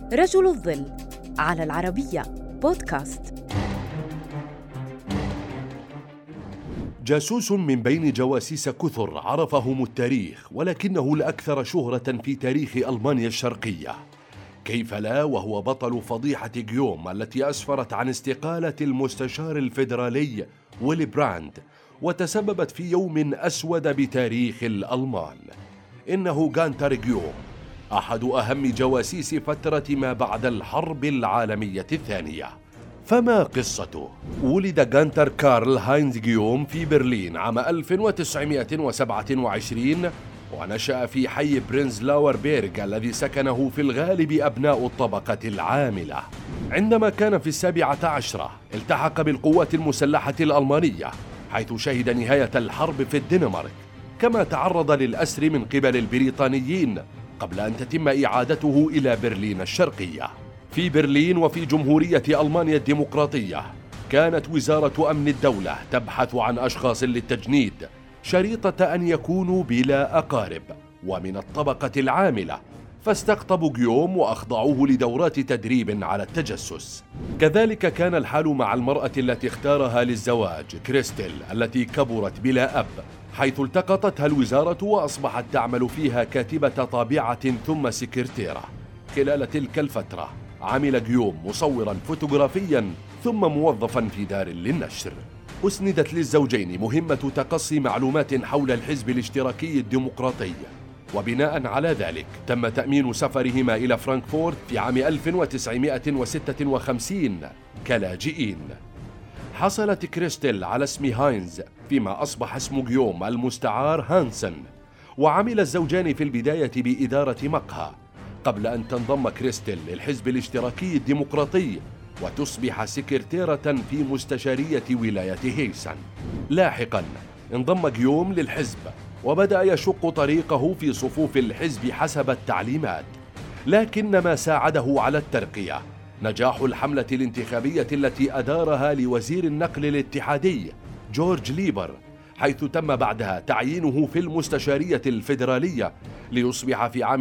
رجل الظل على العربية بودكاست. جاسوس من بين جواسيس كثر عرفهم التاريخ، ولكنه الأكثر شهرة في تاريخ ألمانيا الشرقية. كيف لا وهو بطل فضيحة غيوم التي أسفرت عن استقالة المستشار الفيدرالي ويلي براند، وتسببت في يوم أسود بتاريخ الألمان. إنه غانتر غيوم، أحد أهم جواسيس فترة ما بعد الحرب العالمية الثانية. فما قصته؟ ولد غانتر كارل هاينز غيوم في برلين عام 1927، ونشأ في حي برينزلاور بيرغ الذي سكنه في الغالب أبناء الطبقة العاملة. عندما كان في 17 التحق بالقوات المسلحة الألمانية، حيث شهد نهاية الحرب في الدنمارك، كما تعرض للأسر من قبل البريطانيين قبل أن تتم إعادته إلى برلين الشرقية. في برلين وفي جمهورية ألمانيا الديمقراطية كانت وزارة أمن الدولة تبحث عن أشخاص للتجنيد شريطة أن يكونوا بلا أقارب ومن الطبقة العاملة، فاستقطبوا غيوم وأخضعوه لدورات تدريب على التجسس. كذلك كان الحال مع المرأة التي اختارها للزواج، كريستيل، التي كبرت بلا أب، حيث التقطتها الوزارة وأصبحت تعمل فيها كاتبة طابعة ثم سكرتيرة. خلال تلك الفترة عمل غيوم مصوراً فوتوغرافياً ثم موظفاً في دار للنشر. أسندت للزوجين مهمة تقصي معلومات حول الحزب الاشتراكي الديمقراطي، وبناء على ذلك تم تأمين سفرهما إلى فرانكفورت في عام 1956 كلاجئين. حصلت كريستيل على اسم هاينز، فيما أصبح اسم غيوم المستعار هانسن، وعمل الزوجان في البداية بإدارة مقهى، قبل أن تنضم كريستيل للحزب الاشتراكي الديمقراطي وتصبح سكرتيرة في مستشارية ولاية هيسن. لاحقاً انضم غيوم للحزب وبدأ يشق طريقه في صفوف الحزب حسب التعليمات، لكن ما ساعده على الترقية نجاح الحملة الانتخابية التي أدارها لوزير النقل الاتحادي جورج ليبر، حيث تم بعدها تعيينه في المستشارية الفيدرالية ليصبح في عام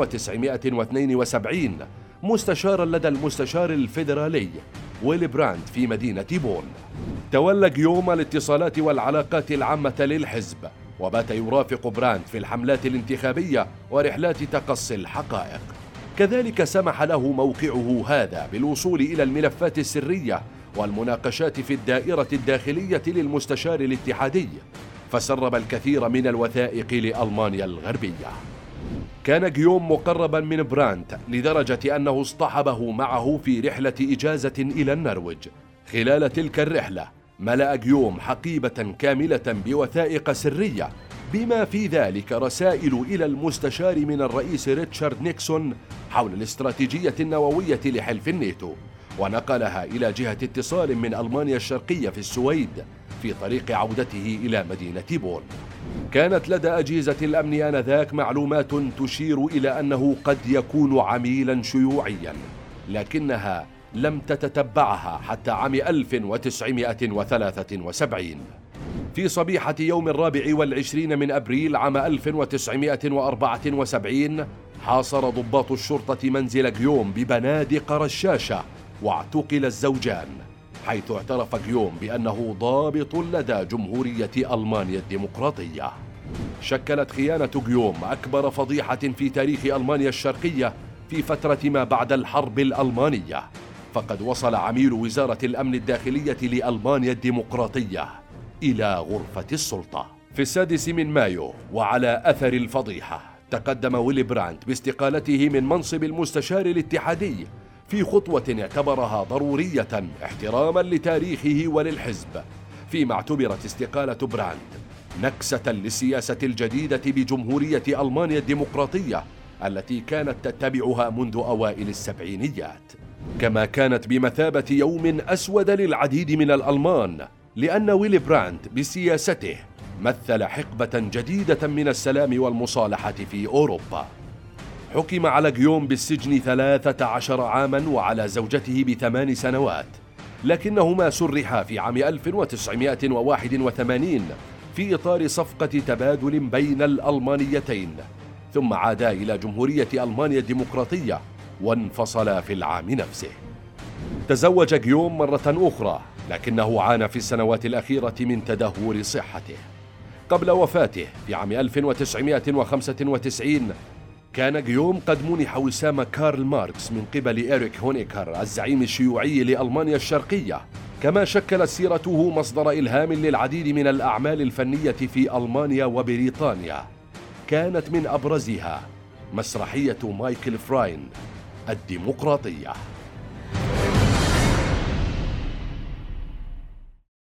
1972 مستشارا لدى المستشار الفيدرالي ويلي براند في مدينة بون. تولى غيوم الاتصالات والعلاقات العامة للحزب، وبات يرافق براند في الحملات الانتخابية ورحلات تقصي الحقائق. كذلك سمح له موقعه هذا بالوصول إلى الملفات السرية والمناقشات في الدائرة الداخلية للمستشار الاتحادي، فسرب الكثير من الوثائق لألمانيا الغربية. كان غيوم مقربا من براند لدرجة أنه اصطحبه معه في رحلة إجازة إلى النرويج. خلال تلك الرحلة ملأ غيوم حقيبة كاملة بوثائق سرية، بما في ذلك رسائل إلى المستشار من الرئيس ريتشارد نيكسون حول الاستراتيجية النووية لحلف الناتو، ونقلها إلى جهة اتصال من ألمانيا الشرقية في السويد في طريق عودته إلى مدينة بون. كانت لدى أجهزة الأمن آنذاك معلومات تشير إلى أنه قد يكون عميلا شيوعيا، لكنها لم تتتبعها حتى عام 1973. في صبيحة يوم 24 من أبريل عام 1974 حاصر ضباط الشرطة منزل غيوم ببنادق رشاشة واعتقل الزوجان، حيث اعترف غيوم بأنه ضابط لدى جمهورية ألمانيا الديمقراطية. شكلت خيانة غيوم أكبر فضيحة في تاريخ ألمانيا الشرقية في فترة ما بعد الحرب الألمانية، فقد وصل عميل وزارة الأمن الداخلية لألمانيا الديمقراطية إلى غرفة السلطة. في 6 من مايو وعلى أثر الفضيحة تقدم ويلي براند باستقالته من منصب المستشار الاتحادي في خطوة اعتبرها ضرورية احتراما لتاريخه وللحزب، فيما اعتبرت استقالة براند نكسة للسياسة الجديدة بجمهورية ألمانيا الديمقراطية التي كانت تتبعها منذ أوائل السبعينيات. كما كانت بمثابة يوم أسود للعديد من الألمان، لأن ويلي براند بسياسته مثل حقبة جديدة من السلام والمصالحة في أوروبا. حكم على غيوم بالسجن 13 عاما وعلى زوجته ب8 سنوات، لكنهما سرحا في عام 1981 في إطار صفقة تبادل بين الألمانيتين، ثم عادا إلى جمهورية ألمانيا الديمقراطية وانفصلا في العام نفسه. تزوج غيوم مرة أخرى، لكنه عانى في السنوات الأخيرة من تدهور صحته. قبل وفاته في عام 1995 كان غيوم قد منح وسام كارل ماركس من قبل إريك هونيكر الزعيم الشيوعي لألمانيا الشرقية، كما شكلت سيرته مصدر إلهام للعديد من الأعمال الفنية في ألمانيا وبريطانيا. كانت من أبرزها مسرحية مايكل فراين الديمقراطية.